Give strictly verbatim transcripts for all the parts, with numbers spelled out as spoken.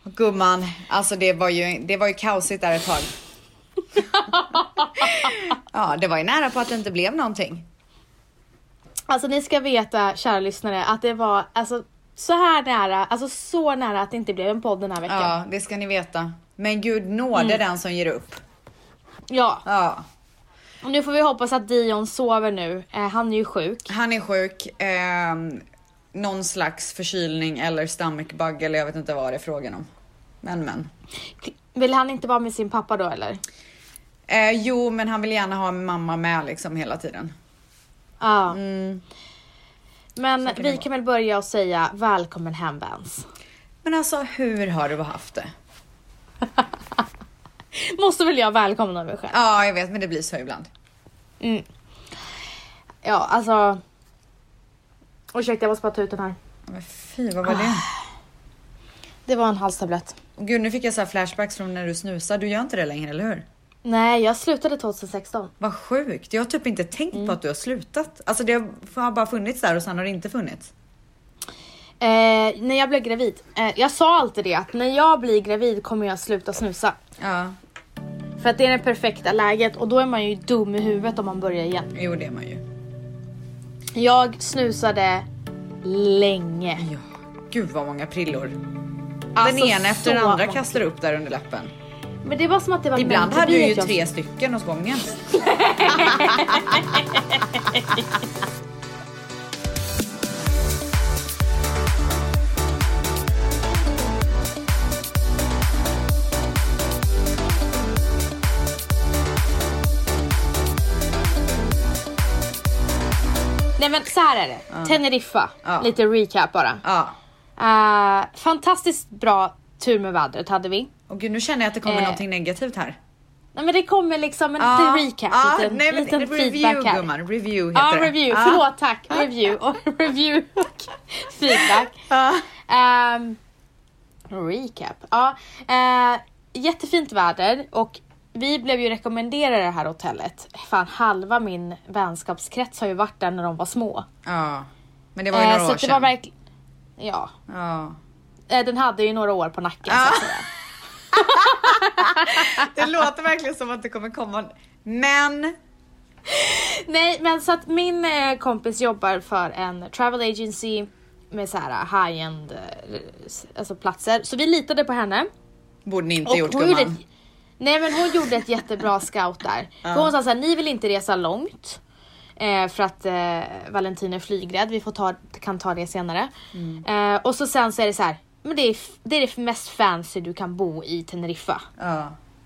Gumman, alltså det var ju, det var ju kaosigt där ett tag. Ja, det var ju nära på att det inte blev någonting. Alltså ni ska veta, kära lyssnare, att det var alltså så här nära, alltså så nära att det inte blev en podd den här veckan. Ja, det ska ni veta. Men gud nåde mm. den som ger upp. Ja. Ja. Och nu får vi hoppas att Dion sover nu. Eh, han är ju sjuk. Han är sjuk. Eh, någon slags förkylning eller stomach bug eller jag vet inte vad det är frågan om. Men men. Vill han inte vara med sin pappa då eller? Eh, jo, men han vill gärna ha mamma med liksom hela tiden. Ja. Mm. Men kan vi kan väl börja och säga välkommen hem, Vans. Men alltså, hur har du haft det? Måste väl jag välkomna mig själv? Ja, jag vet, men det blir så ibland. Mm. Ja, alltså... Ursäkta, jag måste bara ta ut den här. Men fy, vad var det? Det var en halstablett. Gud, nu fick jag så här flashbacks från när du snusar. Du gör inte det längre, eller hur? Nej, jag slutade tjugohundrasexton. Vad sjukt. Jag har typ inte tänkt mm. på att du har slutat. Alltså det har bara funnits där och sen har det inte funnits. Eh, när jag blev gravid. Eh, jag sa alltid det, att när jag blir gravid kommer jag sluta snusa. Ja. För att det är det perfekta läget. Och då är man ju dum i huvudet om man börjar igen. Jo, det är man ju. Jag snusade länge. Ja, gud vad många prillor. Alltså, den ena efter den andra många. kastar upp där under läppen. Men det var som att det var... Ibland hade du ju jag... tre stycken hos gången. Nej men så här är det. Ja. Teneriffa. Ja. Lite recap bara. Ja. Uh, fantastiskt bra tur med vädret hade vi. Och gud, nu känner jag att det kommer eh. någonting negativt här. Nej men det kommer liksom en ah, liten recap, ah, liten, nej, men, liten review, feedback här. Gumman, review heter ah, det. Review, ah. Förlåt, tack. Review och review och feedback. Ah. Um, recap. Ja, uh, jättefint väder och vi blev ju rekommenderade det här hotellet. Fan, halva min vänskapskrets har ju varit där när de var små. Ja, men det var ju några uh, år så sedan. Det var verkligen... Ja. Ja. Uh, den hade ju några år på nacken ah. så att säga. Det låter verkligen som att det kommer komma. Men nej, men så att min eh, kompis jobbar för en travel agency med så här high-end eh, alltså platser. Så vi litade på henne. Borde ni inte och gjort, hon gumman? gjorde ett, nej, men hon gjorde ett jättebra scout där. Ja. För hon sa så här, ni vill inte resa långt. Eh, för att eh, Valentin är flygrädd. Vi får ta, kan ta det senare. Mm. Eh, och så sen så är det så här. Men det är, det är det mest fancy du kan bo i Teneriffa. Ja.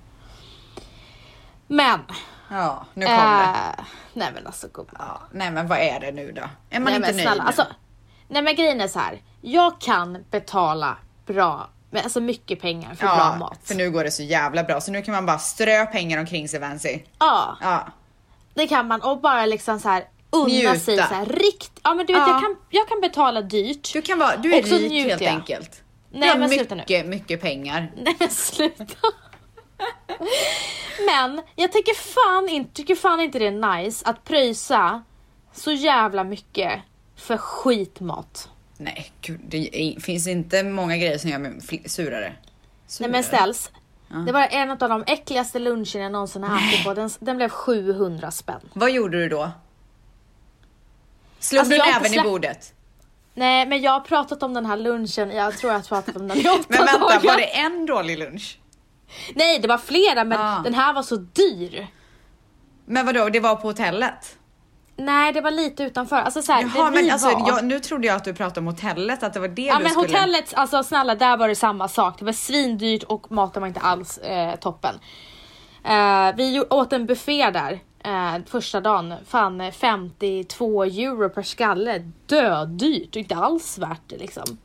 Men. Ja, nu kom eh, det. Nej men alltså gumman. Ja, nej men vad är det nu då? Är man nej, inte men nöjd? Snälla, alltså, nej men grejen är så här. Jag kan betala bra, alltså mycket pengar för ja, bra mat. För nu går det så jävla bra. Så nu kan man bara strö pengar omkring sig, Vancy. Ja. Ja. Det kan man och bara liksom så här unna njuta. sig så här rikt. Ja men du vet ja. jag kan jag kan betala dyrt. Du kan vara du är och så rik helt jag. enkelt. Nej du har men mycket sluta nu. mycket pengar. Nej men sluta. Men jag tycker fan inte tycker fan inte det är nice att pröjsa så jävla mycket för skitmat. Nej, gud, det är, finns inte många grejer som gör mig surare. surare. Nej men ställs. Ja. Det var en av de äckligaste lunchen jag någonsin har ätit på. Den, den blev sjuhundra spänn. Vad gjorde du då? Slog alltså, du näven släpp... i bordet? Nej, men jag har pratat om den här lunchen. Jag tror jag har pratat om den i åtta Men vänta, dagar. var det en dålig lunch? Nej, det var flera, men ah. den här var så dyr. Men vadå, det var på hotellet? Nej, det var lite utanför. Alltså så här, Jaha, det men vi alltså, var... jag, nu trodde jag att du pratade om hotellet, att det var det ja, du men skulle... hotellet, alltså snälla, där var det samma sak. Det var svindyrt och maten var inte alls eh, toppen. Eh, vi åt en buffé där eh, första dagen. Fan, femtiotvå euro per skalle. Dödyrt, inte alls värt det liksom.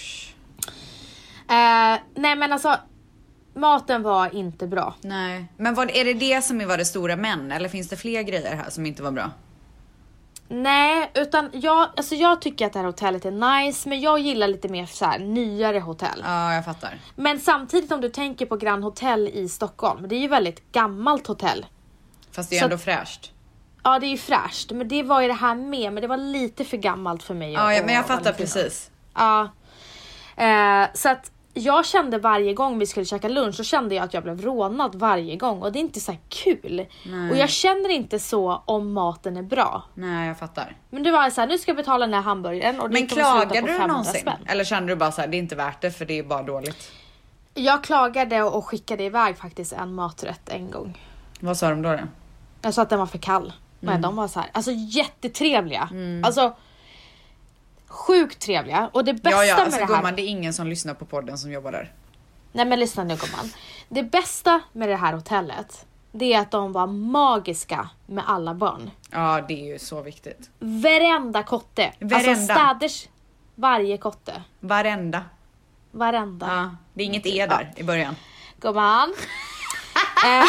Eh, nej, men alltså, maten var inte bra. Nej, men vad, är det det som var det stora men? Eller finns det fler grejer här som inte var bra? Nej, utan jag, alltså jag tycker att det här hotellet är nice. Men jag gillar lite mer så här nyare hotell. Ja, jag fattar. Men samtidigt om du tänker på Grand Hotel i Stockholm. Det är ju väldigt gammalt hotell. Fast det är så ändå fräscht. Ja, det är ju fräscht. Men det var ju det här med. Men det var lite för gammalt för mig. Ja, ja och, men jag fattar Valentina. precis. Ja. Eh, så att jag kände varje gång vi skulle käka lunch, så kände jag att jag blev rånad varje gång. Och det är inte så här kul. Nej. Och jag känner inte så om maten är bra. Nej, jag fattar. Men det var så här, nu ska jag betala den här hamburgaren. Och det Men kommer sluta på klagade du femhundra någonsin? spänn. Eller kände du bara så här, det är inte värt det för det är bara dåligt? Jag klagade och skickade iväg faktiskt en maträtt en gång. Vad sa de då? då? Jag sa att den var för kall. Men Mm. de var så här, alltså jättetrevliga. Alltså sjukt trevliga. Och det bästa Ja, ja, med alltså det här... gumman, det är ingen som lyssnar på podden som jobbar där. Nej men lyssna nu gumman. Det bästa med det här hotellet, det är att de var magiska med alla barn. Ja, det är ju så viktigt. Varenda kotte. Varenda. Alltså städers varje kotte. Varenda. Varenda. Ja, det är inget E där i början. Gumman. Eh.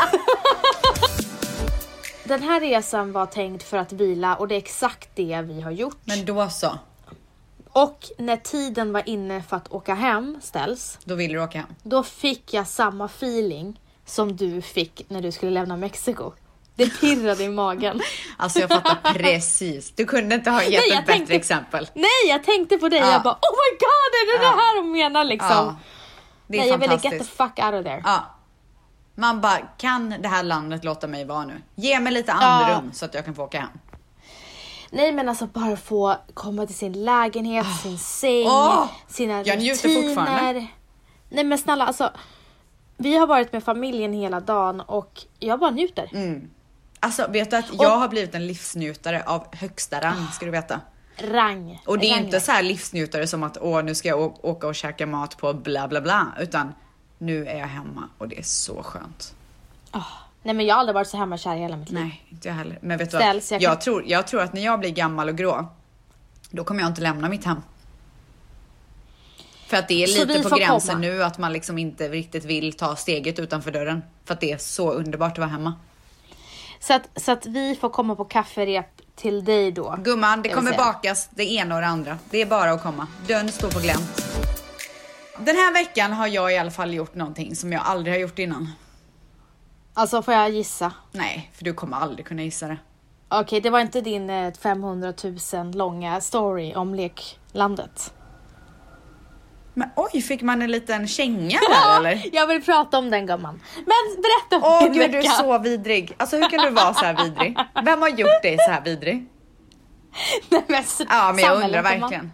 Den här resan var tänkt för att vila och det är exakt det vi har gjort. Men då så. Och när tiden var inne för att åka hem ställs, Då vill du åka hem. då fick jag samma feeling som du fick när du skulle lämna Mexiko. Det pirrade i magen. Alltså jag fattar precis. Du kunde inte ha gett Nej, ett jag bättre tänkte- exempel. Nej, jag tänkte på dig. Ja. Jag bara, oh my god, är det Ja. det här de menar liksom? Ja, det är Nej, jag ville fantastiskt. get the fuck out of there. Ja. Man bara, kan det här landet låta mig vara nu? Ge mig lite andrum så att jag kan få åka hem. Nej, men alltså bara få komma till sin lägenhet, sin säng, Åh! sina Jag njuter rutiner. fortfarande. Nej men snälla, alltså vi har varit med familjen hela dagen och jag bara njuter. Mm. Alltså vet du att jag har blivit en livsnjutare av högsta rang, ska du veta. Rang. Och det är rang. inte så här livsnjutare som att åh, nu ska jag å- åka och käka mat på bla bla bla, utan nu är jag hemma och det är så skönt. Oh, nej men jag har aldrig varit så hemmakär i hela mitt liv. Nej, inte jag heller. Men vet du Ställs, vad? jag Jag, kan- tror, jag tror att när jag blir gammal och grå, då kommer jag inte lämna mitt hem. För att det är Så lite vi på får gränsen komma. nu att man liksom inte riktigt vill ta steget utanför dörren. För att det är så underbart att vara hemma. Så att, så att vi får komma på kafferep till dig då. Gumman, det Jag vill kommer säga. bakas det ena och det andra. Det är bara att komma. Dörren står på glänt. Den här veckan har jag i alla fall gjort någonting som jag aldrig har gjort innan. Alltså får jag gissa? Nej, för du kommer aldrig kunna gissa det. Okej, det var inte din eh, femhundratusen långa story om leklandet. Men oj, fick man en liten känga där eller? Jag vill prata om den gumman. Men berätta om Åh din gud, du är vecka. så vidrig. Alltså hur kan du vara så här vidrig? Vem har gjort dig så här vidrig? Nej, men s- Ja, men jag samhället, undrar gumman. verkligen.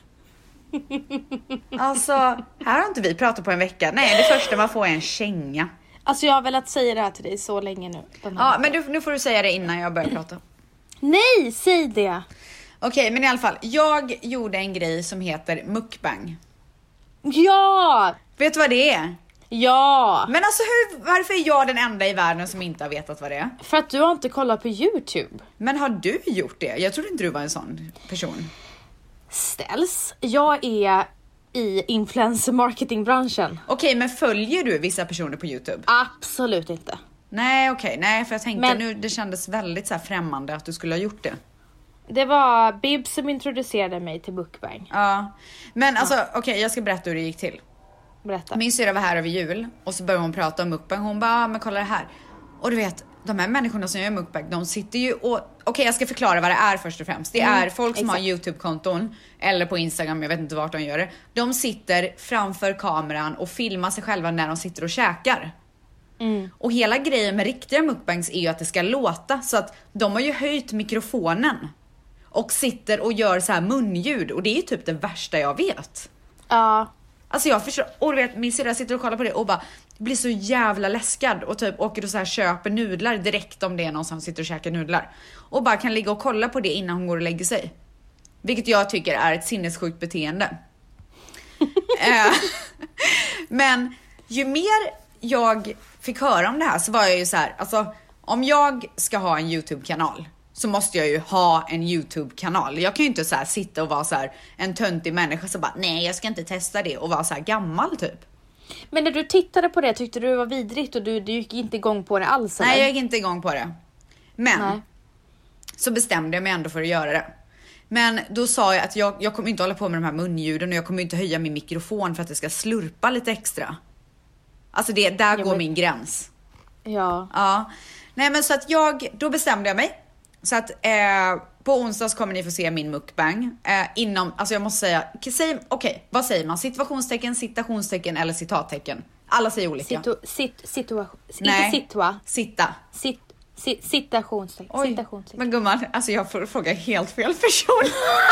Alltså, här har inte vi pratat på en vecka. Nej, det första man får är en känga. Alltså jag har velat säga det här till dig så länge nu. den här Ja, veckan. men du, nu får du säga det innan jag börjar prata. Nej, säg det. Okej, men i alla fall. Jag gjorde en grej som heter mukbang. Ja, Vet du vad det är? ja. Men alltså, hur, varför är jag den enda i världen som inte har vetat vad det är? För att du har inte kollat på YouTube. Men har du gjort det? Jag trodde inte du var en sån person. Ställs. Jag är i influencer marketingbranschen. Okej, men följer du vissa personer på YouTube? Absolut inte. Nej, okej, nej, för jag tänkte Men- nu, det kändes väldigt så här främmande att du skulle ha gjort det. Det var Bib som introducerade mig till mukbang. Ja, men alltså okej, jag ska berätta hur det gick till. Berätta. Min syrra var här över jul och så började hon prata om mukbang. Hon bara, ah, men kolla det här. Och du vet, de här människorna som gör mukbang, de sitter ju och... Okej, jag ska förklara vad det är först och främst. Det är folk som har exakt. YouTube-konton eller på Instagram, jag vet inte vart de gör det. De sitter framför kameran och filmar sig själva när de sitter och käkar. Och hela grejen med riktiga mukbangs är ju att det ska låta. Så att de har ju höjt mikrofonen och sitter och gör så här munljud. Och det är ju typ det värsta jag vet. Ja. Alltså jag förstår, och du vet, min syrra sitter och kollar på det och bara blir så jävla läskad och typ åker och så här köper nudlar direkt om det är någon som sitter och käkar nudlar. Och bara kan ligga och kolla på det innan hon går och lägger sig. Vilket jag tycker är ett sinnessjukt beteende. Eh, Men ju mer jag fick höra om det här så var jag ju så här, alltså om jag ska ha en YouTube-kanal så måste jag ju ha en YouTube-kanal. Jag kan ju inte så här sitta och vara så här en töntig människa som bara nej, jag ska inte testa det och vara så här gammal typ. Men när du tittade på det tyckte du det var vidrigt och du, du gick inte igång på det alls eller? Nej, jag gick inte igång på det. Men Nej. så bestämde jag mig ändå för att göra det. Men då sa jag att jag, jag kommer inte hålla på med de här munljuden och jag kommer inte höja min mikrofon för att det ska slurpa lite extra. Alltså det, där Jo, går men- min gräns. Ja. Ja. Nej men så att jag, då bestämde jag mig. Så att eh, på onsdags kommer ni få se min mukbang. Eh, inom, alltså jag måste säga, okej, okay, vad säger man? Situationstecken, citationstecken eller citattecken? Alla säger olika. Situ, sit, situation, Nej. Inte situa. Sitta. Sit, sit, citationstecken. Oj, citationstecken. men gumman, alltså jag får fråga helt fel person.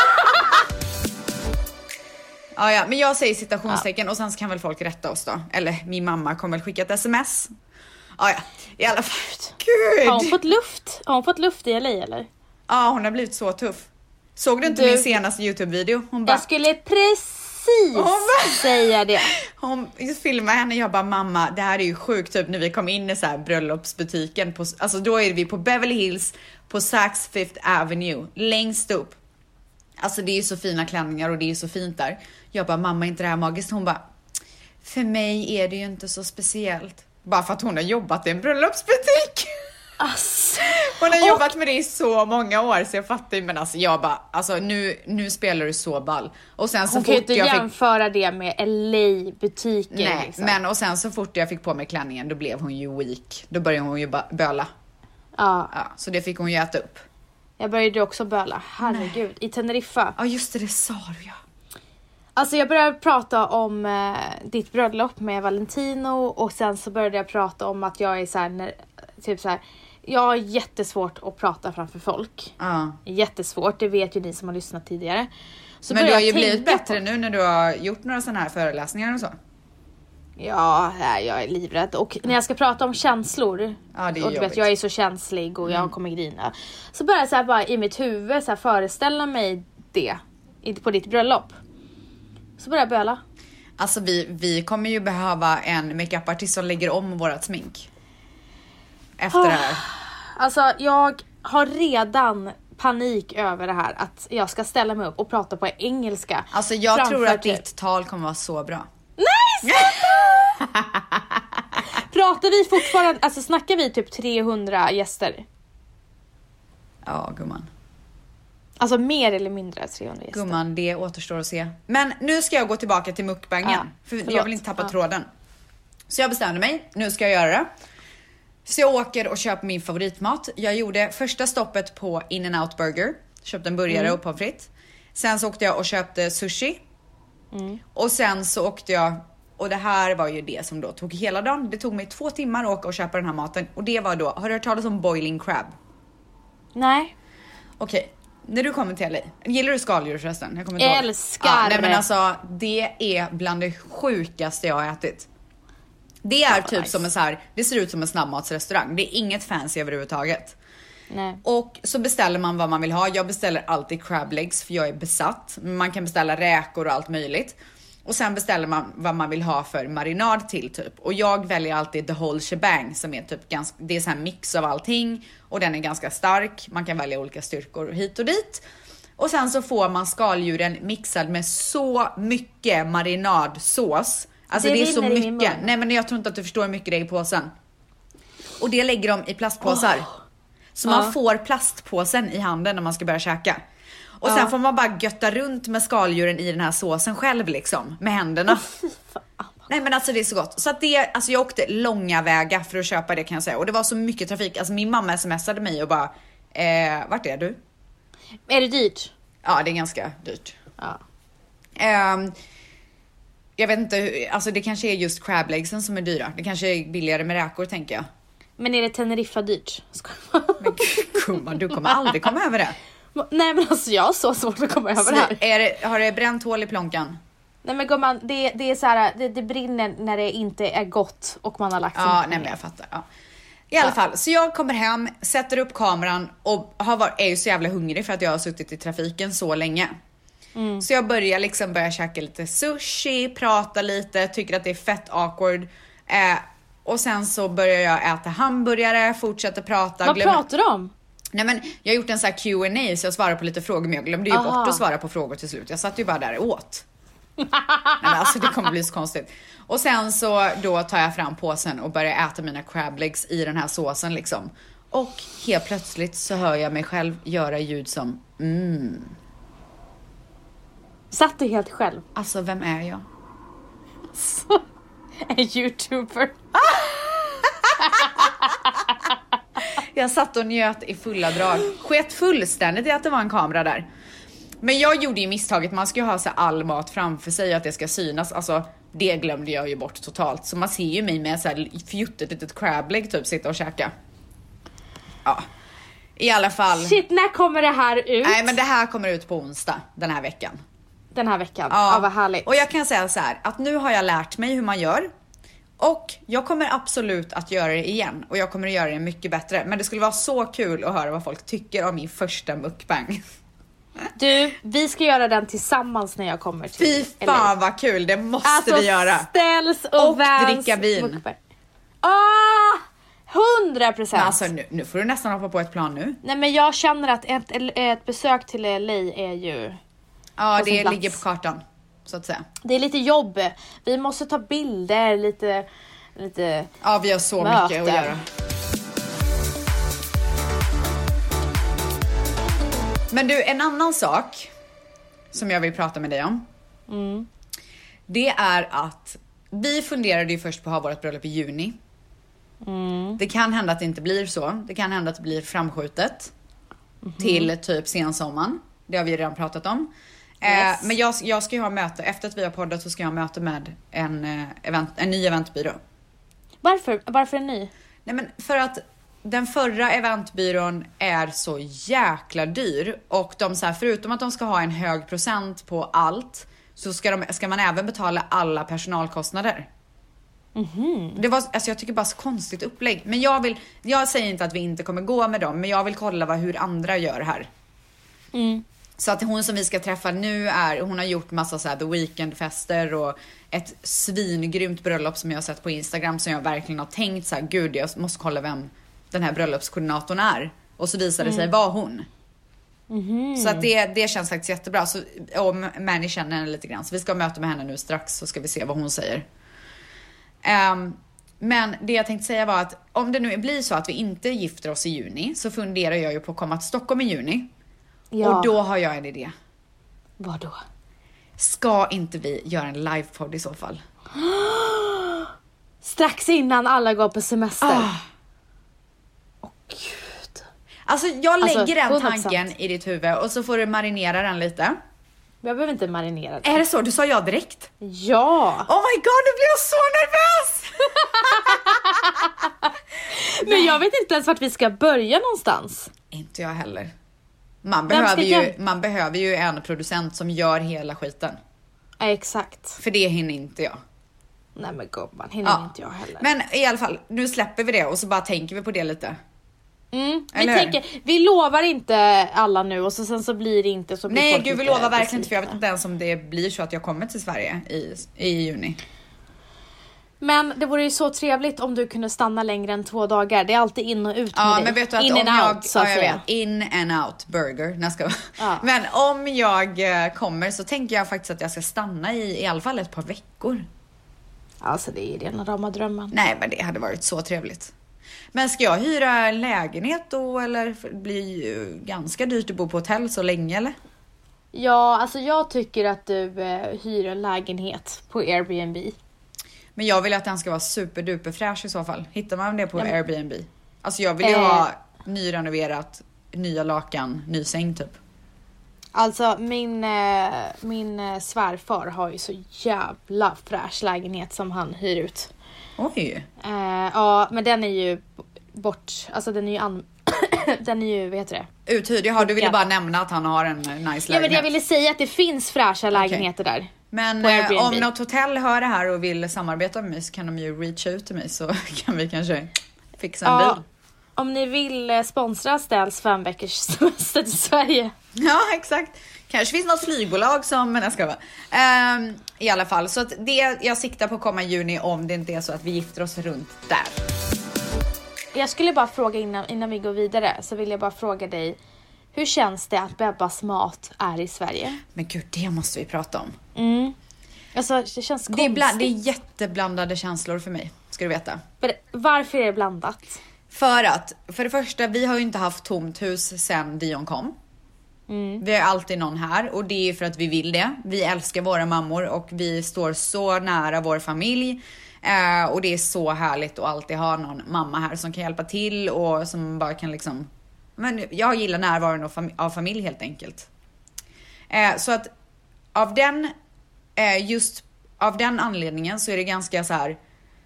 Ja, ja, men jag säger citationstecken ja. Och sen så kan väl folk rätta oss då. Eller min mamma kommer väl skicka ett sms. Ja, ja, i alla fall. Gud. Har hon fått luft? Har hon fått luft i L A eller? Ja, hon har blivit så tuff. Såg du inte Du, min senaste YouTube-video? Hon bara, jag skulle precis bara, säga det. Hon filmade henne och jag bara, mamma, det här är ju sjukt. Typ när vi kom in i så här bröllopsbutiken. På, alltså då är vi på Beverly Hills på Saks Fifth Avenue. Längst upp. Alltså det är ju så fina klänningar och det är så fint där. Jag bara, mamma, är inte det här magiskt? Hon bara, för mig är det ju inte så speciellt. Bara för att hon har jobbat i en bröllopsbutik. Ass. Hon har och... jobbat med det i så många år så jag fattar ju. Men alltså jag bara, alltså nu, nu spelar du så ball. Och sen så hon kan ju inte jag jämföra fick... det med L A-butiker. Nej, liksom. men och sen så fort jag fick på mig klänningen då blev hon ju weak. Då började hon ju böla. Ja. Ja, så det fick hon ju äta upp. Jag började också böla, herregud. Nej. I Teneriffa. Ja just det, det sa du ja. Alltså jag började prata om eh, ditt bröllop med Valentino. Och sen så började jag prata om att jag är så här, när, typ så här. Jag har jättesvårt att prata framför folk. Ja. Jättesvårt, det vet ju ni som har lyssnat tidigare. Så men du har ju blivit på... bättre nu när du har gjort några sådana här föreläsningar och så. Ja, nej, jag är livrädd. Och när jag ska prata om känslor, ja, det är och du vet, jag är så känslig och jag mm. kommer grina. Så börjar jag så här bara i mitt huvud så här föreställa mig det på ditt bröllop. Så börjar jag böla. Alltså vi, vi kommer ju behöva en makeupartist som lägger om vårat smink. Efter oh. det här. Alltså jag har redan panik över det här. Att jag ska ställa mig upp och prata på engelska. Alltså jag tror att till... ditt tal kommer vara så bra. Nej, pratar vi fortfarande, alltså snackar vi typ trehundra gäster? Ja, gumman. Alltså mer eller mindre trehundra gäster. Gumman, det återstår att se. Men nu ska jag gå tillbaka till mukbangen. Ja, för förlåt. Jag vill inte tappa ja. tråden. Så jag bestämde mig, nu ska jag göra det. Så jag åker och köper min favoritmat. Jag gjorde första stoppet på In-N-Out Burger. Köpte en burgare mm. och pommes frites. Sen så åkte jag och köpte sushi. Mm. Och sen så åkte jag, och det här var ju det som då tog hela dagen. Det tog mig två timmar att åka och köpa den här maten. Och det var då, har du hört talas om boiling crab? Nej. Okej, okay. När du kommer till L A, gillar du skaldjur förresten? Jag kommer inte älskar ja, nej men alltså, det är bland det sjukaste jag har ätit. Det är oh, typ nice. Som en så här, det ser ut som en snabbmatsrestaurang. Det är inget fancy överhuvudtaget. Nej. Och så beställer man vad man vill ha. Jag beställer alltid crab legs för jag är besatt. Man kan beställa räkor och allt möjligt. Och sen beställer man vad man vill ha för marinad till typ. Och jag väljer alltid the whole shebang som är typ ganska, det är så här mix av allting. Och den är ganska stark. Man kan välja olika styrkor hit och dit. Och sen så får man skaldjuren mixad med så mycket marinadsås. Alltså det, det är så mycket. Nej men jag tror inte att du förstår hur mycket det är i påsen. Och det lägger de i plastpåsar. Oh. Så man uh. får plastpåsen i handen när man ska börja käka. Och uh. sen får man bara götta runt med skaldjuren i den här såsen själv liksom. Med händerna. Oh, nej men alltså det är så gott. Så att det, alltså jag åkte långa vägar för att köpa det kan jag säga. Och det var så mycket trafik. Alltså min mamma smsade mig och bara, eh, vart är du? Är det dyrt? Ja det är ganska dyrt. Ja. Um, jag vet inte, alltså det kanske är just crab legsen som är dyra. Det kanske är billigare med räkor tänker jag. Men är det Teneriffa dyrt? Men gumman, du kommer aldrig komma över det. Nej men alltså jag har så svårt att komma över så det här. Är det, har det bränt hål i plånkan? Nej men gumman, det, det är så här, det, det brinner när det inte är gott och man har lagt sig. Ja, nej men jag fattar. Ja. I alla ja. fall, så jag kommer hem, sätter upp kameran och har varit, är ju så jävla hungrig för att jag har suttit i trafiken så länge. Mm. Så jag börjar liksom börja käka lite sushi, prata lite, tycker att det är fett awkward. Eh, och sen så börjar jag äta hamburgare, fortsätter prata. Vad glömmer... pratar du om? Nej men jag har gjort en sån här Q and A så jag svarar på lite frågor men jag glömde ju Aha. bort att svara på frågor till slut. Jag satt ju bara där och åt. Nej men alltså det kommer bli så konstigt. Och sen så då tar jag fram påsen och börjar äta mina crab legs i den här såsen liksom. Och helt plötsligt så hör jag mig själv göra ljud som mm. Satt du helt själv? Alltså vem är jag? Så, en YouTuber. Jag satt och njöt i fulla drag. Sket fullständigt i att det var en kamera där. Men jag gjorde ju misstaget, man ska ju ha så all mat framför sig att det ska synas. Alltså det glömde jag ju bort totalt. Så man ser ju mig med så här fjuttet litet crableg typ sitta och käka. Ja. I alla fall. Shit, när kommer det här ut? Nej, men det här kommer ut på onsdag den här veckan. Den här veckan, ja, ja vad härligt. Och jag kan säga så här, att nu har jag lärt mig hur man gör. Och jag kommer absolut att göra det igen. Och jag kommer att göra det mycket bättre. Men det skulle vara så kul att höra vad folk tycker om min första mukbang. Du, vi ska göra den tillsammans när jag kommer till Fy fan L A. Vad kul, det måste alltså, vi göra. Ställs och, och dricka vin. Ah, hundra procent. Alltså nu, nu får du nästan hoppa på ett plan nu. Nej men jag känner att ett, ett besök till L A är ju... Ja, det plats. Ligger på kartan. Så att säga. Det är lite jobb. Vi måste ta bilder, lite... lite ja, vi har så möten. Mycket att göra. Men du, en annan sak som jag vill prata med dig om. Mm. Det är att vi funderade ju först på att ha vårt bröllop i juni. Mm. Det kan hända att det inte blir så. Det kan hända att det blir framskjutet. Mm. Till typ sensommaren. Det har vi redan pratat om. Yes. Eh, men jag, jag ska ju ha möte. Efter att vi har poddat så ska jag ha möte med en, eh, event, en ny eventbyrå. Varför? Varför en ny? Nej, men för att den förra eventbyrån är så jäkla dyr. Och de så här, förutom att de ska ha en hög procent på allt, så ska, de, ska man även betala alla personalkostnader. Mm-hmm. Det var, alltså jag tycker bara så konstigt upplägg. Men jag vill, jag säger inte att vi inte kommer gå med dem, men jag vill kolla vad, hur andra gör här. Mm. Så att hon som vi ska träffa nu är, hon har gjort massa så här The Weeknd-fester och ett svingrymt bröllop som jag har sett på Instagram, som jag verkligen har tänkt så här, gud jag måste kolla vem den här bröllopskoordinatorn är. Och så visade det sig vara hon. Mm-hmm. Så att det, det känns faktiskt jättebra. Så, och Manny känner henne lite grann. Så vi ska möta med henne nu strax, så ska vi se vad hon säger. Um, men det jag tänkte säga var att om det nu blir så att vi inte gifter oss i juni, så funderar jag ju på att komma till Stockholm i juni. Ja. Och då har jag en idé. Vad då? Ska inte vi göra en livepodd i så fall? Strax innan alla går på semester. Ah. Åh gud. Alltså jag lägger alltså, den hundra procent tanken i ditt huvud och så får du marinera den lite. Jag behöver inte marinera den. Är det så? Du sa ja direkt? Ja. Oh my god, nu blir jag så nervös! Men jag vet inte ens vart vi ska börja någonstans. Inte jag heller. Man behöver, ju, man behöver ju en producent som gör hela skiten. Ja, exakt. För det hinner inte jag. Nej men gumman, hinner ja. inte jag heller. Men i alla fall, nu släpper vi det och så bara tänker vi på det lite. Mm, vi, tänker, vi lovar inte alla nu och så, sen så blir det inte så. Nej gud, vi lovar verkligen inte, för jag vet inte ens om det blir så att jag kommer till Sverige i, i juni. Men det vore ju så trevligt om du kunde stanna längre än två dagar. Det är alltid in och ut med ja, dig. Men vet du att in om and jag, out, så att ja, jag säga. vet, in and out burger. Nej, ska ja. Men om jag kommer så tänker jag faktiskt att jag ska stanna i i alla fall ett par veckor. Alltså det är rena rama drömmen. Nej, men det hade varit så trevligt. Men ska jag hyra en lägenhet då, eller det blir ju ganska dyrt att bo på hotell så länge, eller? Ja, alltså jag tycker att du eh, hyr en lägenhet på Airbnb. Men jag vill att den ska vara superduper fräsch i så fall. Hittar man det på ja, men... Airbnb? Alltså jag vill ju eh... ha nyrenoverat, nya lakan, ny säng typ. Alltså min, eh, min svärfar har ju så jävla fräsch lägenhet som han hyr ut. Oj. Eh, ja, men den är ju bort, alltså den är ju an... den är ju, vad heter det? Uthyrd, jaha, du ville bara nämna att han har en nice lägenhet. Ja, men jag ville säga att det finns fräscha lägenheter okay. där. Men eh, om något hotell hör det här och vill samarbeta med mig så kan de ju reach out till mig, så kan vi kanske fixa en ja, bil. Om ni vill sponsra Ställs fem veckors semester till Sverige. Ja, exakt. Kanske finns något flygbolag som, men jag ska vara. Um, I alla fall, så att det jag siktar på att komma i juni, om det inte är så att vi gifter oss runt där. Jag skulle bara fråga innan, innan vi går vidare, så vill jag bara fråga dig, hur känns det att Bebbas mat är i Sverige? Men gud, det måste vi prata om. Mm. Alltså, det känns det är, bland, det är jätteblandade känslor för mig, ska du veta. Men varför är det blandat? För att, för det första, vi har ju inte haft tomt hus sedan Dion kom. Mm. Vi har alltid någon här, och det är för att vi vill det. Vi älskar våra mammor och vi står så nära vår familj. Eh, och det är så härligt att alltid ha någon mamma här som kan hjälpa till och som bara kan liksom, men jag gillar närvaron av, fam- av familj helt enkelt. Eh, så att av den, eh, just av den anledningen så är det ganska så här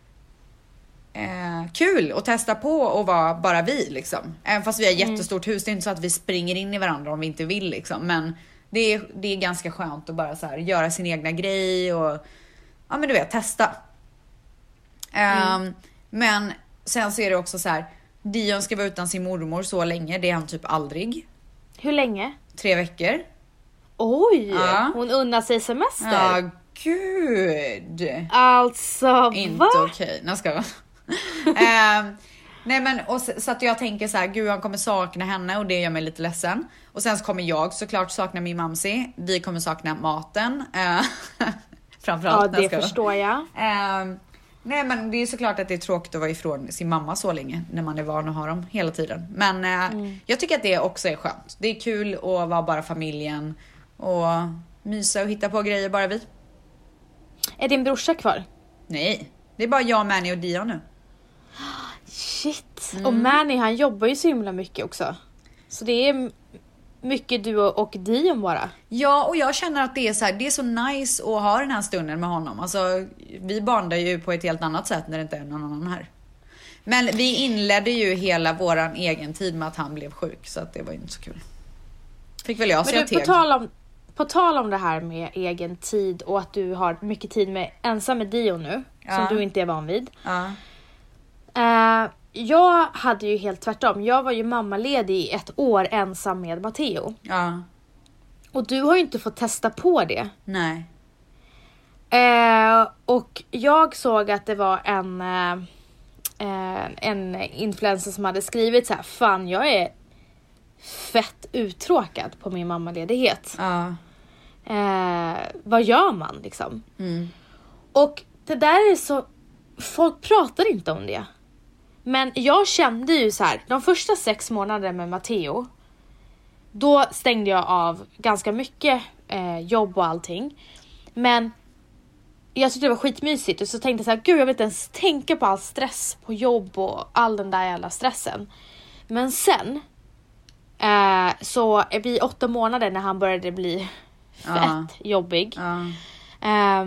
eh, kul att testa på och vara bara vi liksom. Även fast vi har ett jättestort hus, det är inte så att vi springer in i varandra om vi inte vill liksom. Men det är, det är ganska skönt att bara så här göra sin egna grej och ja men du vet, testa. Mm. Um, men sen så är det också så här, Dion ska vara utan sin mormor så länge, det är han typ aldrig. Hur länge? Tre veckor. Oj, ja. Hon unnar sig semester. Ja, gud. Alltså, inte va? okej. Nu ska jag. um, nej men och så, så att jag tänker så här, gud han kommer sakna henne och det gör mig lite ledsen. Och sen så kommer jag såklart sakna min mamsi. Vi kommer sakna maten. Uh, framförallt. Ja, det jag förstår jag. Um, nej men det är såklart att det är tråkigt att vara ifrån sin mamma så länge när man är van att ha dem hela tiden. Men uh, mm. jag tycker att det också är skönt. Det är kul att vara bara familjen och mysa och hitta på grejer bara vi. Är din brorsa kvar? Nej, det är bara jag, Manny och Dion nu. Shit. Mm. Och Manny, han jobbar ju så himla mycket också. Så det är mycket du och Dion bara. Ja, och jag känner att det är så här, det är så nice att ha den här stunden med honom. Alltså, vi bondar ju på ett helt annat sätt när det inte är någon annan här. Men vi inledde ju hela våran egen tid med att han blev sjuk, så att det var ju inte så kul. Fick väl jag säga till. På tal om På tal om det här med egen tid och att du har mycket tid med ensam med Dion nu, ja. Som du inte är van vid. Ja. Uh, jag hade ju helt tvärtom. Jag var ju mammaledig i ett år ensam med Matteo. Ja. Och du har ju inte fått testa på det. Nej. Uh, och jag såg att det var en, uh, uh, en influencer som hade skrivit så här: fan, jag är fett uttråkad på min mammaledighet. Ja. Eh, vad gör man liksom? Mm. Och det där är så, folk pratar inte om det. Men jag kände ju så här, de första sex månaderna med Matteo, då stängde jag av ganska mycket eh, jobb och allting. Men jag tyckte det var skitmysigt och så tänkte jag så här, gud jag vill inte ens tänka på all stress på jobb och all den där jävla stressen. Men sen Eh, så vid åtta månader när han började bli fett ja. jobbig Ja. eh,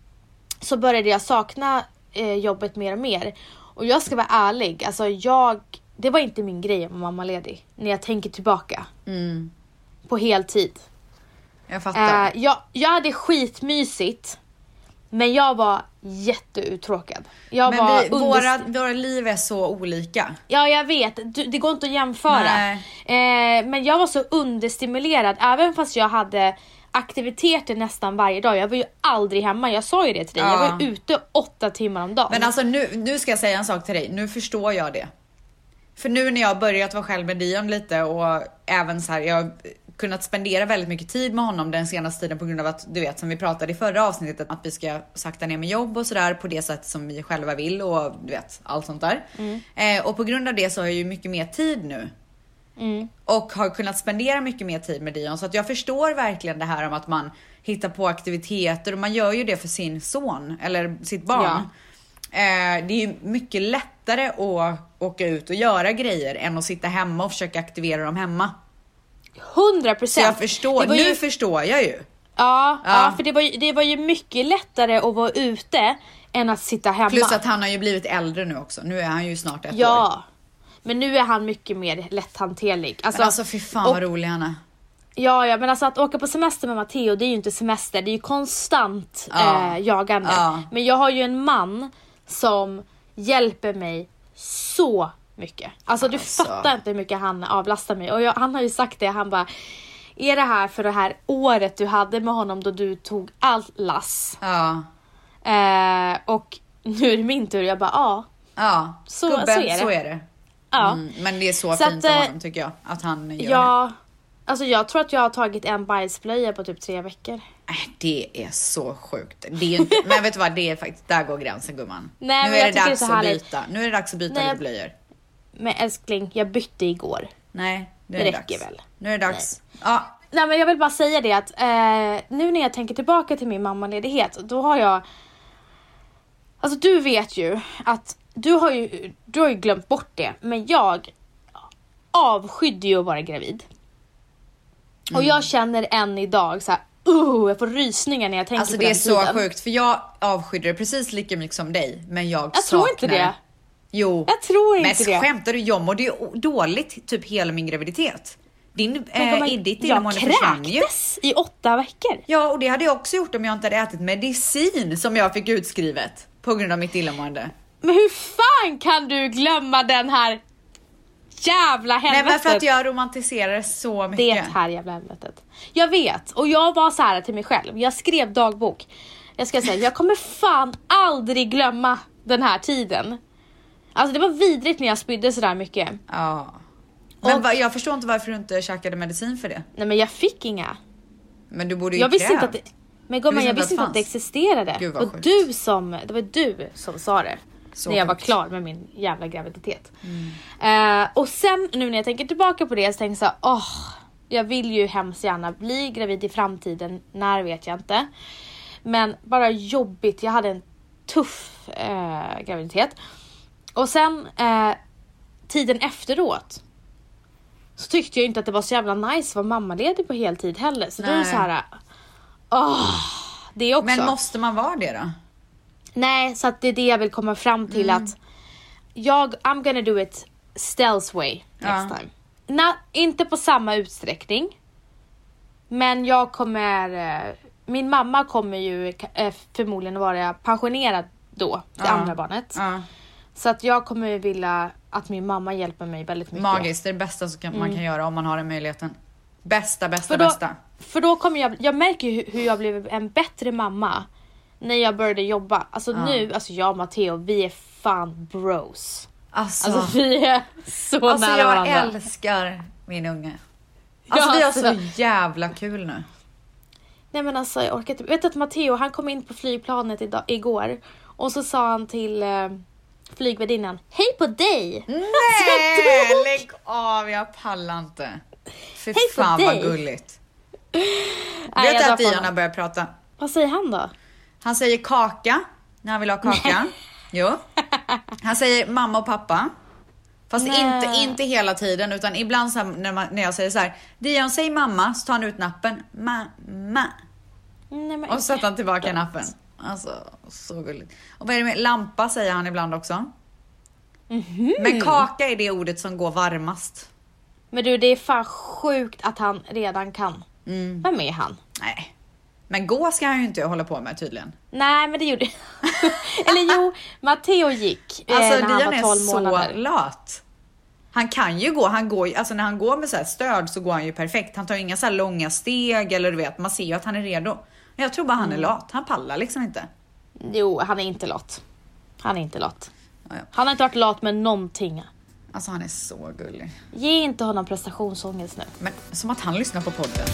så började jag sakna eh, jobbet mer och mer. Och jag ska vara ärlig, alltså jag, det var inte min grej om mamma ledig när jag tänker tillbaka. Mm. På heltid. Jag fattar. Eh, jag, jag hade skitmysigt, men jag var jätteuttråkad. Jag men var vi, underst- våra, våra liv är så olika. Ja, jag vet. Du, det går inte att jämföra. Eh, men jag var så understimulerad. Även fast jag hade aktiviteter nästan varje dag. Jag var ju aldrig hemma. Jag sa ju det till dig. Ja. Jag var ute åtta timmar om dagen. Men alltså nu, nu ska jag säga en sak till dig. Nu förstår jag det. För nu när jag har börjat vara själv med Dion lite och även så här, jag har kunnat spendera väldigt mycket tid med honom den senaste tiden på grund av att, du vet, som vi pratade i förra avsnittet, att vi ska sakta ner med jobb och sådär på det sätt som vi själva vill och du vet, allt sånt där. Mm. Eh, och på grund av det så har jag ju mycket mer tid nu. Mm. Och har kunnat spendera mycket mer tid med Dion. Så att jag förstår verkligen det här om att man hittar på aktiviteter och man gör ju det för sin son eller sitt barn. Ja. Eh, det är ju mycket lättare att åka ut och göra grejer än att sitta hemma och försöka aktivera dem hemma. Hundra procent. Så jag förstår, nu ju... förstår jag ju. Ja, ja. ja för det var, ju, det var ju mycket lättare att vara ute än att sitta hemma. Plus att han har ju blivit äldre nu också. Nu är han ju snart ett ja, år. Ja, men nu är han mycket mer lätthanterlig. Alltså, men alltså fy fan och, vad rolig han är. Ja, ja, men alltså att åka på semester med Matteo, det är ju inte semester. Det är ju konstant ja. eh, jagande. Ja. Men jag har ju en man som hjälper mig så mycket. Alltså, alltså. du fattar inte hur mycket han avlastar mig. Och jag, han har ju sagt det, han bara: är det här för det här året du hade med honom då du tog all lass? Ja. Eh, och nu är det min tur. Jag bara, ja. Ja, så, gubben, så är det. Så är det. Ja. Mm, men det är så, så fint att, av honom tycker jag. Att han gör ja, det. Alltså jag tror att jag har tagit en bajsblöja på typ tre veckor. Äh, det är så sjukt. Det är ju inte, men vet du vad, det är faktiskt, där går gränsen gumman. Nej, nu är är det dags det att byta. Nu är det dags att byta Nej, blöjor. Men älskling, jag bytte igår. Nej, nu är det det räcker dags. väl. Nu är det dags. Nej. Ja. Nej, men jag vill bara säga det att eh, nu när jag tänker tillbaka till min mammaledighet, då har jag... Alltså du vet ju att du har ju, du har ju glömt bort det. Men jag avskydde ju att vara gravid. Mm. Och jag känner än idag så här, uh, jag får rysningar när jag tänker alltså, på den tiden. Alltså det är så sjukt, för jag avskydde det precis lika mycket som dig. Men jag, jag saknar tror inte det. Jo, jag tror inte men det. Skämtar du? Jag mådde ju dåligt typ hela min graviditet. Din eh, man, ditt jag försvann ju. kräktes i åtta veckor. Ja, och det hade jag också gjort om jag inte hade ätit medicin som jag fick utskrivet på grund av mitt illamående. Men hur fan kan du glömma den här jävla helvetet? Nej, men för att jag romantiserar så mycket. Det här jävla helvetet. Jag vet, och jag var så här till mig själv. Jag skrev dagbok. Jag ska säga, jag kommer fan aldrig glömma den här tiden. Alltså det var vidrigt när jag spydde så där mycket. Ja. Men och, va, jag förstår inte varför du inte käkade medicin för det. Nej, men jag fick inga. Men du borde ju jag visste krävt. inte att det, Men gumman, jag visste inte att det existerade. Gud, och du som, det var du som sa det. Så när jag var sjukt. klar med min jävla graviditet. Mm. Uh, och sen nu när jag tänker tillbaka på det så tänker jag så åh, oh, jag vill ju hemskt gärna bli gravid i framtiden. När vet jag inte. Men bara jobbigt. Jag hade en tuff uh, graviditet. Och sen uh, tiden efteråt så tyckte jag inte att det var så jävla nice att vara mammaledig på heltid heller. Så Nej. då är det så här, åh, oh, det också. Men måste man vara det då? Nej, så att det är det jag vill komma fram till. Mm. Att jag, I'm gonna do it stealth way next ja. time. Na, inte på samma utsträckning. Men jag kommer, min mamma kommer ju förmodligen vara pensionerad då till ja. andra barnet. Ja. Så att jag kommer vilja att min mamma hjälper mig väldigt mycket. Magiskt, det är det bästa som kan, mm. man kan göra om man har den möjligheten. Bästa, bästa, för då, bästa. För då kommer jag, jag märker hur, hur jag blev en bättre mamma när jag började jobba. Alltså ja. nu, alltså jag och Matteo, vi är fan bros. Alltså, alltså vi är så alltså, nära jag varandra. Jag älskar min unge. Alltså ja, vi har alltså. så jävla kul nu. Nej men alltså jag orkar inte. Vet du att Matteo, han kom in på flygplanet idag, igår. Och så sa han till eh, flygvärdinnan, hej på dig! Nej, lägg av, jag pallar inte. För hej fan på vad dig. Gulligt. Nej, vet du att Ian har börjat prata? Vad säger han då? Han säger kaka när han vill ha kaka. Jo. Han säger mamma och pappa. Fast inte, inte hela tiden, utan ibland så här, när, man, när jag säger så här, Dion säger mamma, så tar han ut nappen. Mamma. Nej, men och så sätter han tillbaka nappen. Alltså, så gulligt. Och vad är det med lampa säger han ibland också. Mm-hmm. Men kaka är det ordet som går varmast. Men du, det är fan sjukt att han redan kan. Mm. Vem är han? Nej. Men gå ska han ju inte hålla på med tydligen. Nej, men det gjorde eller jo, Matteo gick alltså, eh, när han var tolv månader. Alltså, är så lat. Han kan ju gå, han går, alltså när han går med så här stöd så går han ju perfekt. Han tar ju inga så här långa steg eller du vet, man ser ju att han är redo. Jag tror bara han är lat, han pallar liksom inte. Jo, han är inte lat. Han är inte lat. Ja, ja. Han har inte varit lat med någonting. Alltså han är så gullig. Ge inte honom prestationsångest nu. Men som att han lyssnar på podden.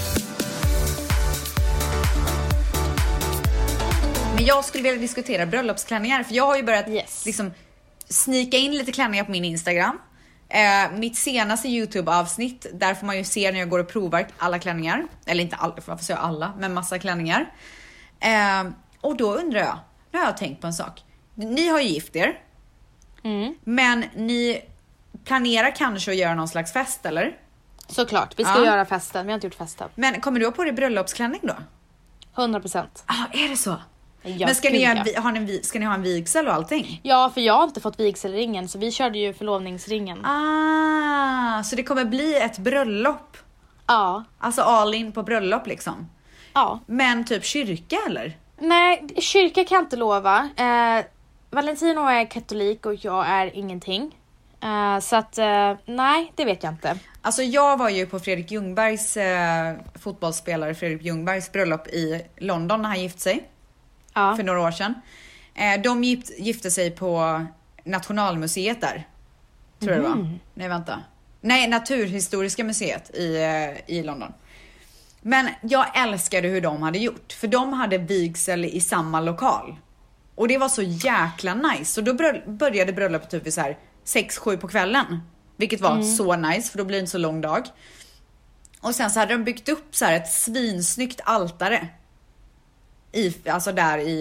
Men jag skulle vilja diskutera bröllopsklänningar. För jag har ju börjat yes. liksom snika in lite klänningar på min Instagram. Eh, mitt senaste YouTube-avsnitt, där får man ju se när jag går och provar alla klänningar. Eller inte alla, varför säger jag alla, men massa klänningar. Eh, och då undrar jag, nu har jag tänkt på en sak. Ni har ju gift er. Mm. Men ni planerar kanske att göra någon slags fest, eller? Såklart, vi ska ja. göra festen. Vi har inte gjort festen. Men kommer du ha på dig bröllopsklänning då? hundra procent. Ja, ah, är det så? Ja, men ska ni, göra, har ni, ska ni ha en vigsel och allting? Ja, för jag har inte fått vigselringen. Så vi körde ju förlovningsringen. Ah, så det kommer bli ett bröllop? Ja. Alltså all in på bröllop liksom? Ja. Men typ kyrka eller? Nej, kyrka kan jag inte lova. Eh, Valentino är katolik och jag är ingenting. Uh, så att, uh, nej, det vet jag inte. Alltså jag var ju på Fredrik Ljungbergs, uh, fotbollsspelare Fredrik Ljungbergs bröllop i London när han gifte sig. Ja. För några år sedan. Uh, de gift, gifte sig på Nationalmuseet där. Tror mm. jag det var. Nej, vänta. Nej, Naturhistoriska museet i, uh, i London. Men jag älskade hur de hade gjort. För de hade vigsel i samma lokal. Och det var så jäkla nice. Så då började bröllopet typ vid så här sex sju på kvällen. Vilket var mm. så nice, för då blir det en så lång dag. Och sen så hade de byggt upp så här ett svinsnyggt altare. I, alltså där i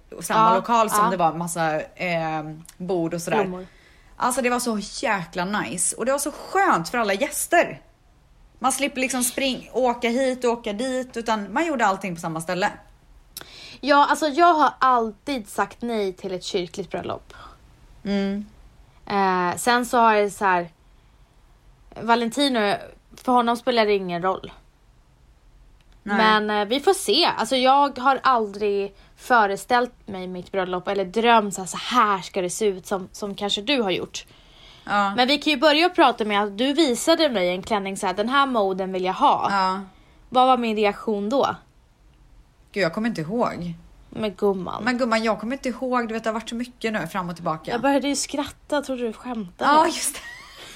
samma Ja, lokal som ja. det var massa eh, bord och sådär. Blommor. Alltså det var så jäkla nice och det var så skönt för alla gäster. Man slipper liksom spring, åka hit och åka dit, utan man gjorde allting på samma ställe. Ja, alltså jag har alltid sagt nej till ett kyrkligt bröllop. Mm. Eh, sen så har jag så här, Valentino, för honom spelar det ingen roll. Nej. Men eh, vi får se. Alltså jag har aldrig föreställt mig mitt bröllop eller drömt så här, så här ska det se ut som, som kanske du har gjort. Ja. Men vi kan ju börja prata med att du visade mig en klänning så här, den här moden vill jag ha. Ja. Vad var min reaktion då? Gud, jag kommer inte ihåg. Med gumman. Men gumman, jag kommer inte ihåg. Du vet, det har varit så mycket nu fram och tillbaka. Jag började ju skratta, trodde du skämtade. Ja, just det.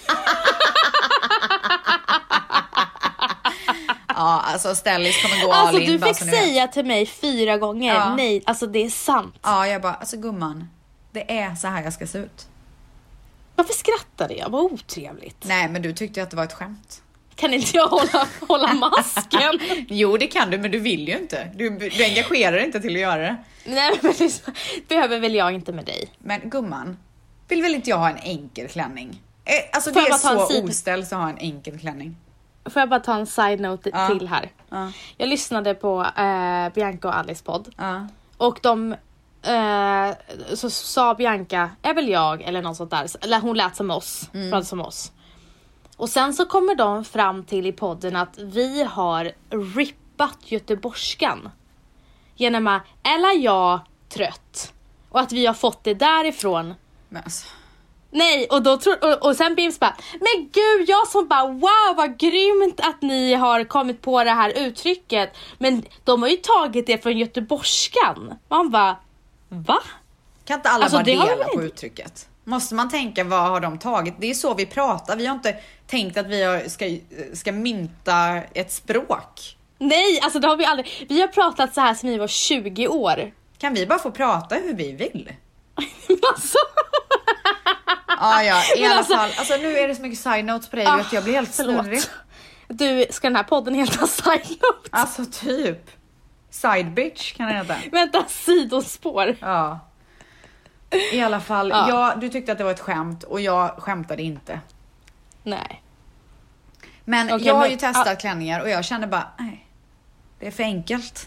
Ja, alltså Stellis kommer gå all Alltså in. du bara fick så ni vet. säga till mig fyra gånger, Ja. nej, alltså det är sant. Ja, jag bara, alltså gumman, det är så här jag ska se ut. Varför skrattade jag? Vad otrevligt. Nej, men du tyckte ju att det var ett skämt. Kan inte jag hålla, hålla masken? Jo, det kan du, men du vill ju inte. Du, du engagerar dig inte till att göra det. Nej, men det behöver väl jag inte med dig. Men gumman, vill väl inte jag ha en enkel klänning? Eh, alltså Får det jag är bara ta en så sid- oställs att ha en enkel klänning. Får jag bara ta en side note Ja. till här? Ja, Jag lyssnade på eh, Bianca och Alice podd. ja, Och de eh, så sa Bianca, är väl jag eller något sånt där. Eller hon lät som oss, Mm. pratade som oss. Och sen så kommer de fram till i podden att vi har rippat göteborgskan. Genom att, eller jag trött. Och att vi har fått det därifrån. men alltså. Nej, och, då tro, och, och sen Bims bara, men gud, jag som bara, wow, vad grymt att ni har kommit på det här uttrycket. Men de har ju tagit det från göteborgskan. Man bara, va? Kan inte alla Alltså, bara det har dela väl på inte- uttrycket? Måste man tänka, vad har de tagit? Det är så vi pratar. Vi har inte tänkt att vi har, ska, ska mynta ett språk. Nej, alltså det har vi aldrig. Vi har pratat så här sedan vi var tjugo år. Kan vi bara få prata hur vi vill? Alltså. Ja, ja, i Men alla alltså- fall. Alltså nu är det så mycket side notes på dig. Ah, vet du, jag blir helt förlåt. snurrig. Du, ska den här podden heta side note? Alltså typ. Side bitch kan det heta. Vänta, sidospår. Ja. I alla fall, Ja. ja, du tyckte att det var ett skämt och jag skämtade inte. Nej. Men Okej, jag har men- ju testat ah. klänningar och jag kände bara, nej, det är för enkelt.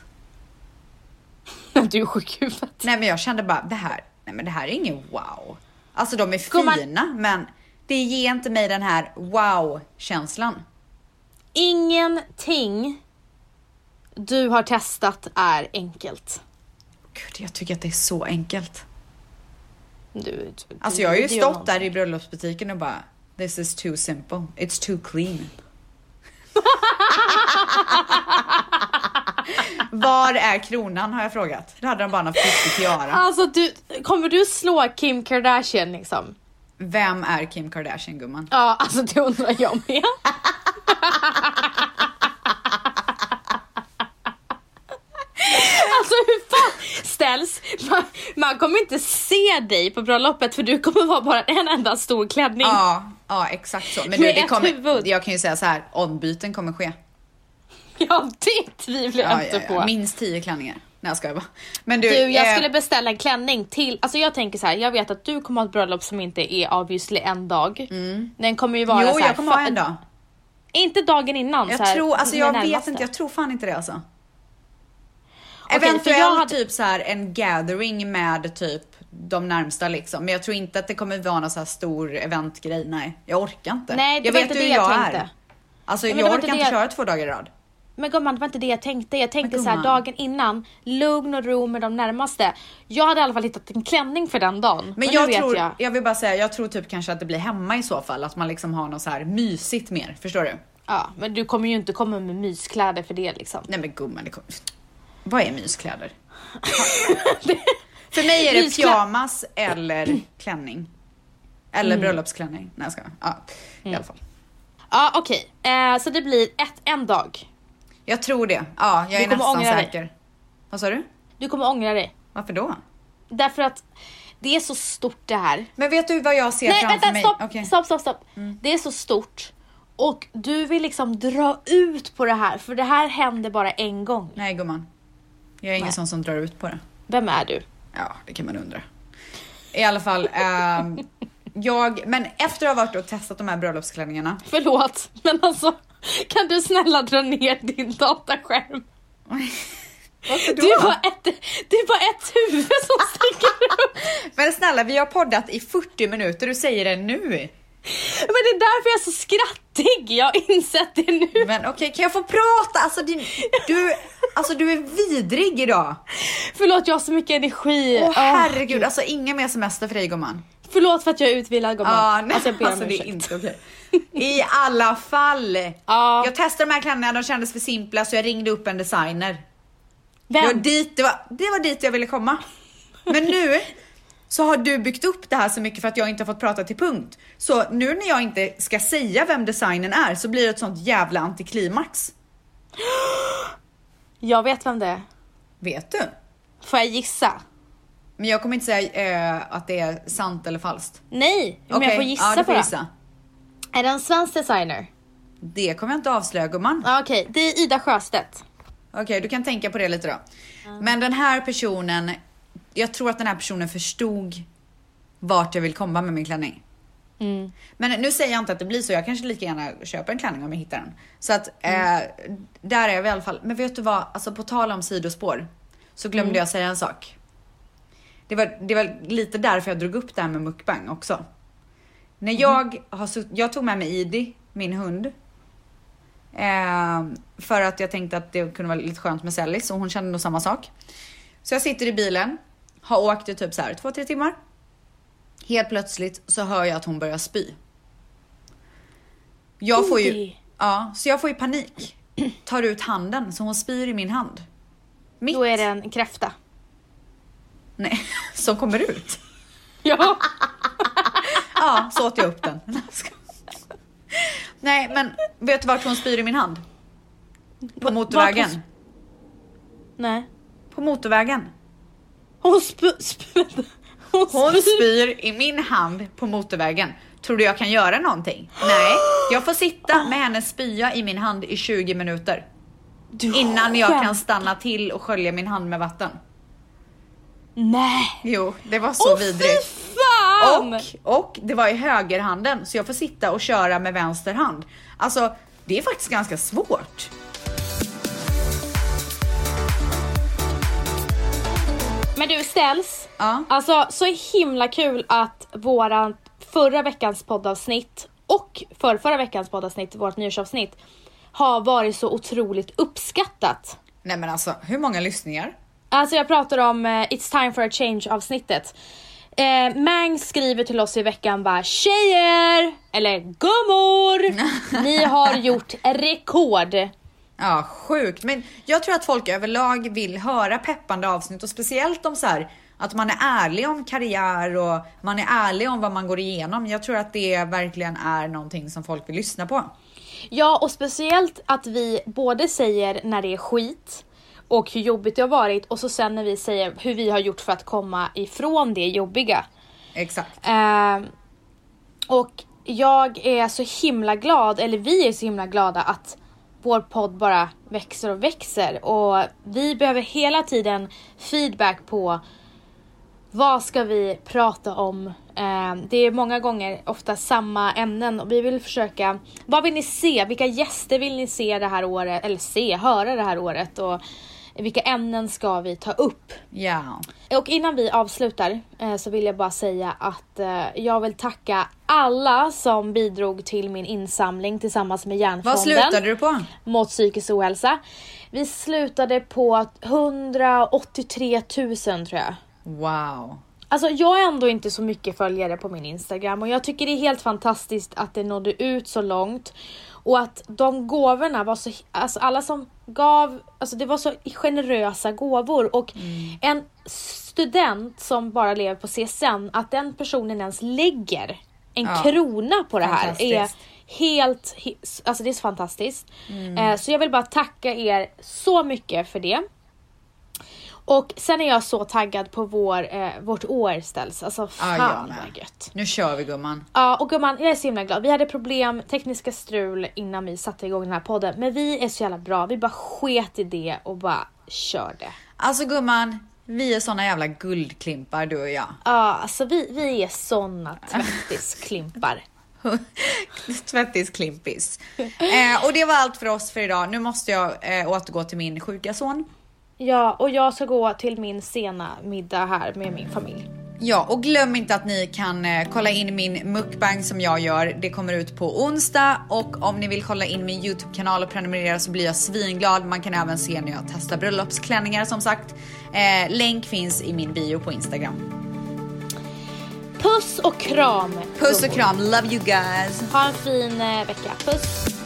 Du är sjuk i huvudet. Nej, men jag kände bara, det här, nej men det här är ingen wow. Alltså de är Gumman- fina, men det ger inte mig den här wow-känslan. Ingenting du har testat är enkelt. Gud, jag tycker att det är så enkelt. Du, du, Alltså jag har ju du gör stått någonting. där i bröllopsbutiken och bara, this is too simple, it's too clean. Var är kronan, har jag frågat. Då hade de bara någon fifty tiara. Alltså du, kommer du slå Kim Kardashian liksom? Vem är Kim Kardashian, gumman? Ja, alltså det undrar jag med. Alltså hur fan ställs? Man, man kommer inte se dig på bröllopet för du kommer vara bara en enda stor klänning. Ja, ja exakt så. Men du, Med det ett kommer, huvud. jag kan ju säga så här, ombyten kommer ske. Ja, det tvivlar jag Ja, inte ja, ja. på. Minst tio klänningar. Nej, jag skojar bara. Men du, Du, jag eh, skulle beställa en klänning till. Alltså jag tänker så här, jag vet att du kommer ha ett bröllop som inte är obviously en dag. Den kommer ju vara jo, så här, jag kommer ha fa- en dag. Inte dagen innan. Jag så här, tror, alltså den jag vet närmaste. inte, jag tror fan inte det alltså. för Eventuellt jag hade- typ så här en gathering med typ de närmsta liksom. Men jag tror inte att det kommer vara någon så här stor eventgrej, nej. Jag orkar inte. Nej, det jag var vet inte hur det jag jag tänkte. är. Alltså men det jag var orkar inte inte det- köra två dagar i rad. Men gumman, det var inte det jag tänkte. Jag tänkte Men så här gumman. dagen innan, lugn och ro med de närmaste. Jag hade i alla fall hittat en klänning för den dagen. Men Och jag nu vet tror, jag. jag vill bara säga, jag tror typ kanske att det blir hemma i så fall. Att man liksom har något så här mysigt mer, förstår du? Ja, men du kommer ju inte komma med myskläder för det liksom. Nej men gumman, det kommer... Vad är myskläder? För mig är det Mysklä- pyjamas eller klänning. Eller Mm. bröllopsklänning. Nej jag ska. Ja, i alla fall. Ja, okej. Eh, så det blir ett, en dag. Jag tror det. Ja, jag Du är kommer nästan ångra dig. säker. Vad sa du? Du kommer ångra dig. Varför då? Därför att det är så stort det här. Men vet du vad jag ser Nej, framför vänta, mig? stopp, Okej. stopp, stopp, stopp. Det är så stort. Och du vill liksom dra ut på det här. För det här händer bara en gång. Nej gumman. Jag är ingen Nej. sån som drar ut på det. Vem är du? Ja, det kan man undra. I alla fall, eh, jag, men efter att ha varit och testat de här bröllopsklänningarna. Förlåt, men alltså, kan du snälla dra ner din dataskärm? Varför då? Det är bara ett, det är bara ett huvud som sticker upp. Men snälla, vi har poddat i fyrtio minuter, du säger det nu. Men det är därför jag är så skrattig, jag har insett det nu. Men okej, okay, kan jag få prata? Alltså, din, du, alltså du är vidrig idag. Förlåt, jag har så mycket energi. Åh oh, herregud, alltså ingen mer semester för dig, gumman. Förlåt för att jag är utvilad, gumman. Ah, nej, alltså jag ber om alltså, det är ursäkt. inte okej. I alla fall. Ah. Jag testade de här klänningarna, de kändes för simpla, så jag ringde upp en designer. Vem? Det var dit, det var, det var dit jag ville komma. Men nu så har du byggt upp det här så mycket för att jag inte har fått prata till punkt. Så nu när jag inte ska säga vem designen är så blir det ett sånt jävla antiklimax. Jag vet vem det är. Vet du? Får jag gissa? Men jag kommer inte säga eh, att det är sant eller falskt. Nej, men okay. jag får gissa ja, du får på gissa. det. Är det en svensk designer? Det kommer jag inte avslöja, gumman. Ah, okej, okay. Det är Ida Sjöstedt. Okej, okay, du kan tänka på det lite då. Mm. Men den här personen, jag tror att den här personen förstod vart jag vill komma med min klänning. Mm. Men nu säger jag inte att det blir så. Jag kanske lika gärna köper en klänning om jag hittar den. Så att mm. eh, där är vi i alla fall. Men vet du vad? Alltså på tal om sidospår så glömde mm. jag säga en sak. Det var, det var lite därför jag drog upp det här med mukbang också. När mm. jag har jag tog med mig Idi, min hund. Eh, för att jag tänkte att det kunde vara lite skönt med Sellis och hon kände nog samma sak. Så jag sitter i bilen, har åkt i typ så här två, tre timmar. Helt plötsligt så hör jag att hon börjar spy. Jag får ju, ja, så jag får ju panik. Tar ut handen så hon spyr i min hand. Mitt. Då är det en kräfta. Nej, som kommer ut. Ja. Ja, så åt jag upp den. Nej, men vet du vart hon spyr i min hand? På motorvägen. Hon... Nej. På motorvägen. Hon spyr... Sp... Hon, hon spyr i min hand på motorvägen. Tror du jag kan göra någonting? Nej, jag får sitta med hennes spya i min hand i tjugo minuter. Du innan jag kan stanna till och skölja min hand med vatten. Nej. Jo, det var så oh, vidrigt. Fy fan! Och, och det var i högerhanden, så jag får sitta och köra med vänster hand. Alltså, det är faktiskt ganska svårt. Men du, ställs. Ja. Alltså, så himla kul att våra förra veckans poddavsnitt och för förra veckans poddavsnitt, vårt nyårsavsnitt, har varit så otroligt uppskattat. Nej men alltså, hur många lyssningar? Alltså jag pratar om uh, It's time for a change avsnittet. Uh, Mang skriver till oss i veckan bara: tjejer, eller gummor, ni har gjort rekord. Ja, sjukt. Men jag tror att folk överlag vill höra peppande avsnitt. Och speciellt om så här, att man är ärlig om karriär och man är ärlig om vad man går igenom. Jag tror att det verkligen är någonting som folk vill lyssna på. Ja, och speciellt att vi både säger när det är skit och hur jobbigt det har varit, och så sen när vi säger hur vi har gjort för att komma ifrån det jobbiga. Exakt. Uh, och jag är så himla glad, eller vi är så himla glada att vår podd bara växer och växer. Och vi behöver hela tiden feedback på vad ska vi prata om. Uh, det är många gånger ofta samma ämnen och vi vill försöka, vad vill ni se? Vilka gäster vill ni se det här året? Eller se, höra det här året? Och vilka ämnen ska vi ta upp? Ja. Och innan vi avslutar eh, så vill jag bara säga att eh, jag vill tacka alla som bidrog till min insamling tillsammans med Hjärnfonden. Vad slutade du på? Mot psykisk ohälsa. Vi slutade på hundraåttiotre tusen tror jag. Wow. Alltså jag är ändå inte så mycket följare på min Instagram och jag tycker det är helt fantastiskt att det nådde ut så långt. Och att de gåvorna var så, alltså alla som gav, alltså det var så generösa gåvor. Och mm. en student som bara lever på C S N, att den personen ens lägger en ja. krona på det här är helt, alltså det är så fantastiskt. Mm. Eh, så jag vill bara tacka er så mycket för det. Och sen är jag så taggad på vår, eh, vårt år ställs. Alltså fan ah, ja, vad gött. Nu kör vi gumman. Ja, och gumman, jag är så himla glad. Vi hade problem, tekniska strul innan vi satte igång den här podden. Men vi är så jävla bra. Vi bara sket i det och bara körde. Alltså gumman, Vi är såna jävla guldklimpar, du och jag. Ja, alltså vi, vi är såna tvättisklimpar. Tvättisklimpis. Eh, och det var allt för oss för idag. Nu måste jag eh, återgå till min sjuka son. Ja, och jag ska gå till min sena middag här med min familj. Ja, och glöm inte att ni kan eh, kolla in min mukbang som jag gör. Det kommer ut på onsdag. Och om ni vill kolla in min YouTube-kanal och prenumerera så blir jag svinglad. Man kan även se när jag testar bröllopsklänningar som sagt. Eh, länk finns i min bio på Instagram. Puss och kram. Puss och kram, love you guys. Ha en fin eh, vecka. Puss.